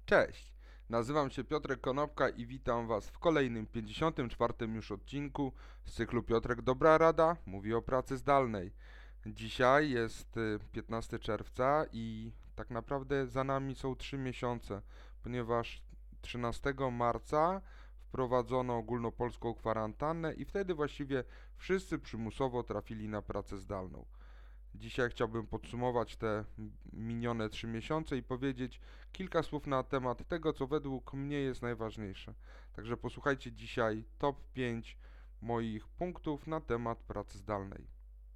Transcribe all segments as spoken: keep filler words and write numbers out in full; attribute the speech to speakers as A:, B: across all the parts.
A: Cześć, nazywam się Piotrek Konopka i witam Was w kolejnym pięćdziesiątym czwartym już odcinku z cyklu Piotrek Dobra Rada mówi o pracy zdalnej. Dzisiaj jest y, piętnastego czerwca i tak naprawdę za nami są trzy miesiące, ponieważ trzynastego marca wprowadzono ogólnopolską kwarantannę i wtedy właściwie wszyscy przymusowo trafili na pracę zdalną. Dzisiaj chciałbym podsumować te minione trzy miesiące i powiedzieć kilka słów na temat tego, co według mnie jest najważniejsze. Także posłuchajcie dzisiaj top pięć moich punktów na temat pracy zdalnej.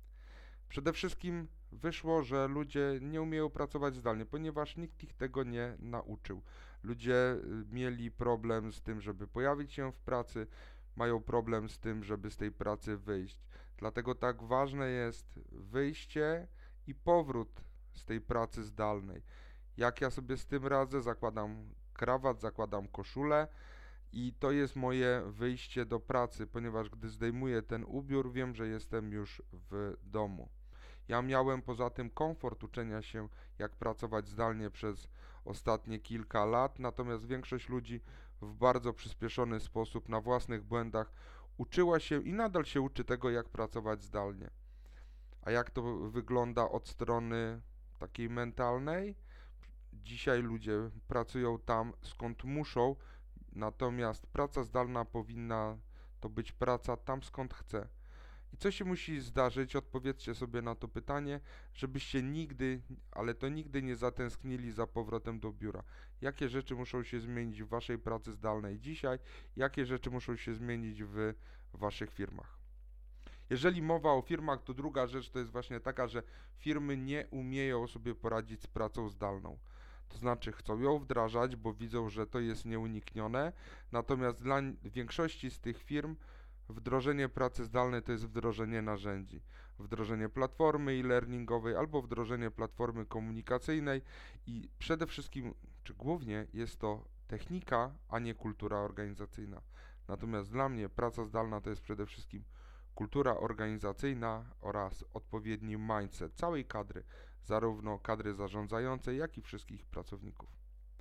A: Przede wszystkim wyszło, że ludzie nie umieją pracować zdalnie, ponieważ nikt ich tego nie nauczył. Ludzie y, mieli problem z tym, żeby pojawić się w pracy, mają problem z tym, żeby z tej pracy wyjść. Dlatego tak ważne jest wyjście i powrót z tej pracy zdalnej. Jak ja sobie z tym radzę? Zakładam krawat, zakładam koszulę i to jest moje wyjście do pracy, ponieważ gdy zdejmuję ten ubiór, wiem, że jestem już w domu. Ja miałem poza tym komfort uczenia się, jak pracować zdalnie przez ostatnie kilka lat, natomiast większość ludzi w bardzo przyspieszony sposób na własnych błędach uczyła się i nadal się uczy tego, jak pracować zdalnie. A jak to wygląda od strony takiej mentalnej? Dzisiaj ludzie pracują tam, skąd muszą, natomiast praca zdalna powinna to być praca tam, skąd chce. I co się musi zdarzyć? Odpowiedzcie sobie na to pytanie, żebyście nigdy, ale to nigdy nie zatęsknili za powrotem do biura. Jakie rzeczy muszą się zmienić w waszej pracy zdalnej dzisiaj? Jakie rzeczy muszą się zmienić w waszych firmach? Jeżeli mowa o firmach, to druga rzecz to jest właśnie taka, że firmy nie umieją sobie poradzić z pracą zdalną. To znaczy chcą ją wdrażać, bo widzą, że to jest nieuniknione, natomiast dla większości z tych firm wdrożenie pracy zdalnej to jest wdrożenie narzędzi, wdrożenie platformy e-learningowej albo wdrożenie platformy komunikacyjnej i przede wszystkim, czy głównie jest to technika, a nie kultura organizacyjna. Natomiast dla mnie praca zdalna to jest przede wszystkim kultura organizacyjna oraz odpowiedni mindset całej kadry, zarówno kadry zarządzającej, jak i wszystkich pracowników.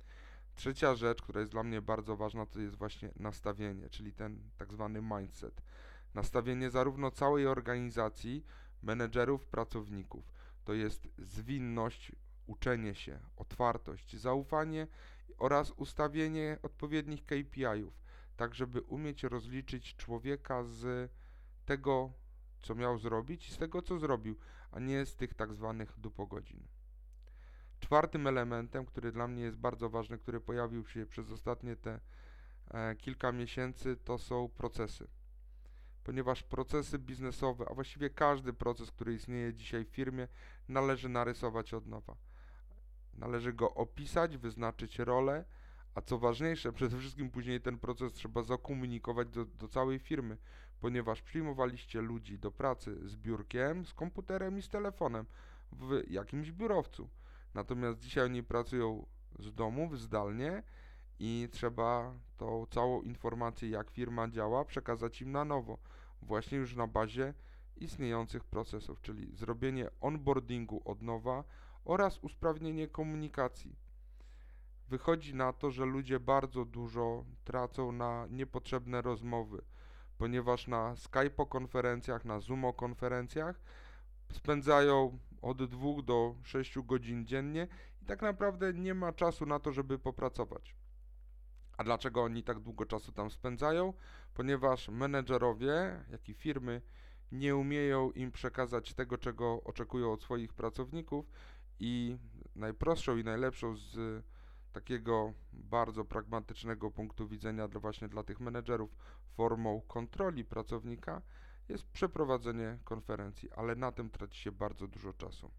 A: Trzecia rzecz, która jest dla mnie bardzo ważna, to jest właśnie nastawienie, czyli ten tak zwany mindset. Nastawienie zarówno całej organizacji, menedżerów, pracowników. To jest zwinność, uczenie się, otwartość, zaufanie oraz ustawienie odpowiednich K P I-ów, tak żeby umieć rozliczyć człowieka z tego, co miał zrobić i z tego, co zrobił, a nie z tych tak zwanych dupogodzin. Czwartym elementem, który dla mnie jest bardzo ważny, który pojawił się przez ostatnie te e, kilka miesięcy, to są procesy. Ponieważ procesy biznesowe, a właściwie każdy proces, który istnieje dzisiaj w firmie, należy narysować od nowa. Należy go opisać, wyznaczyć rolę, a co ważniejsze, przede wszystkim później ten proces trzeba zakomunikować do, do całej firmy, ponieważ przyjmowaliście ludzi do pracy z biurkiem, z komputerem i z telefonem w jakimś biurowcu. Natomiast dzisiaj oni pracują z domu, zdalnie i trzeba tą całą informację, jak firma działa, przekazać im na nowo, właśnie już na bazie istniejących procesów, czyli zrobienie onboardingu od nowa oraz usprawnienie komunikacji. Wychodzi na to, że ludzie bardzo dużo tracą na niepotrzebne rozmowy, ponieważ na Skype konferencjach, na Zoom konferencjach spędzają od dwóch do sześciu godzin dziennie i tak naprawdę nie ma czasu na to, żeby popracować. A dlaczego oni tak długo czasu tam spędzają? Ponieważ menedżerowie, jak i firmy nie umieją im przekazać tego, czego oczekują od swoich pracowników i najprostszą i najlepszą z takiego bardzo pragmatycznego punktu widzenia dla właśnie dla tych menedżerów formą kontroli pracownika jest przeprowadzenie konferencji, ale na tym traci się bardzo dużo czasu.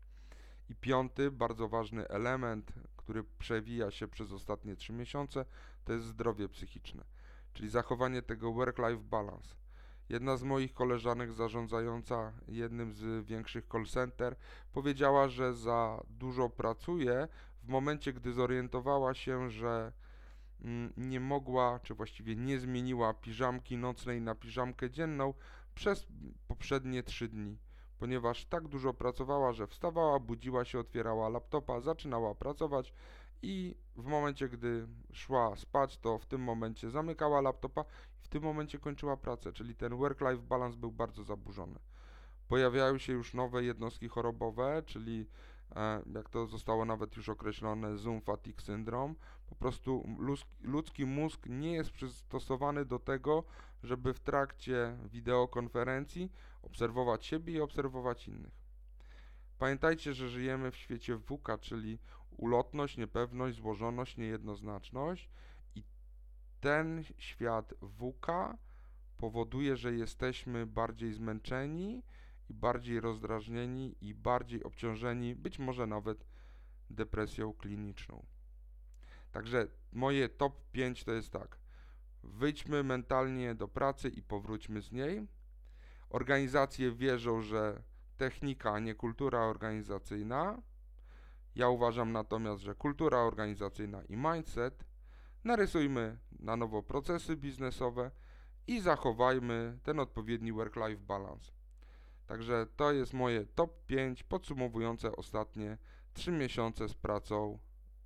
A: I piąty, bardzo ważny element, który przewija się przez ostatnie trzy miesiące, to jest zdrowie psychiczne, czyli zachowanie tego work-life balance. Jedna z moich koleżanek zarządzająca jednym z większych call center powiedziała, że za dużo pracuje w momencie, gdy zorientowała się, że mm, nie mogła, czy właściwie nie zmieniła piżamki nocnej na piżamkę dzienną przez poprzednie trzy dni, ponieważ tak dużo pracowała, że wstawała, budziła się, otwierała laptopa, zaczynała pracować i w momencie, gdy szła spać, to w tym momencie zamykała laptopa i w tym momencie kończyła pracę, czyli ten work-life balance był bardzo zaburzony. Pojawiają się już nowe jednostki chorobowe, czyli e, jak to zostało nawet już określone, Zoom Fatigue Syndrome. Po prostu ludzki mózg nie jest przystosowany do tego, żeby w trakcie wideokonferencji obserwować siebie i obserwować innych. Pamiętajcie, że żyjemy w świecie W U K A, czyli ulotność, niepewność, złożoność, niejednoznaczność i ten świat W U K A powoduje, że jesteśmy bardziej zmęczeni i bardziej rozdrażnieni i bardziej obciążeni, być może nawet depresją kliniczną. Także moje top pięć to jest tak. Wyjdźmy mentalnie do pracy i powróćmy z niej. Organizacje wierzą, że technika, a nie kultura organizacyjna. Ja uważam natomiast, że kultura organizacyjna i mindset. Narysujmy na nowo procesy biznesowe i zachowajmy ten odpowiedni work-life balance. Także to jest moje top pięć podsumowujące ostatnie trzy miesiące z pracą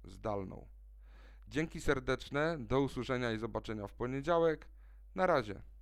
A: zdalną. Dzięki serdeczne, do usłyszenia i zobaczenia w poniedziałek. Na razie.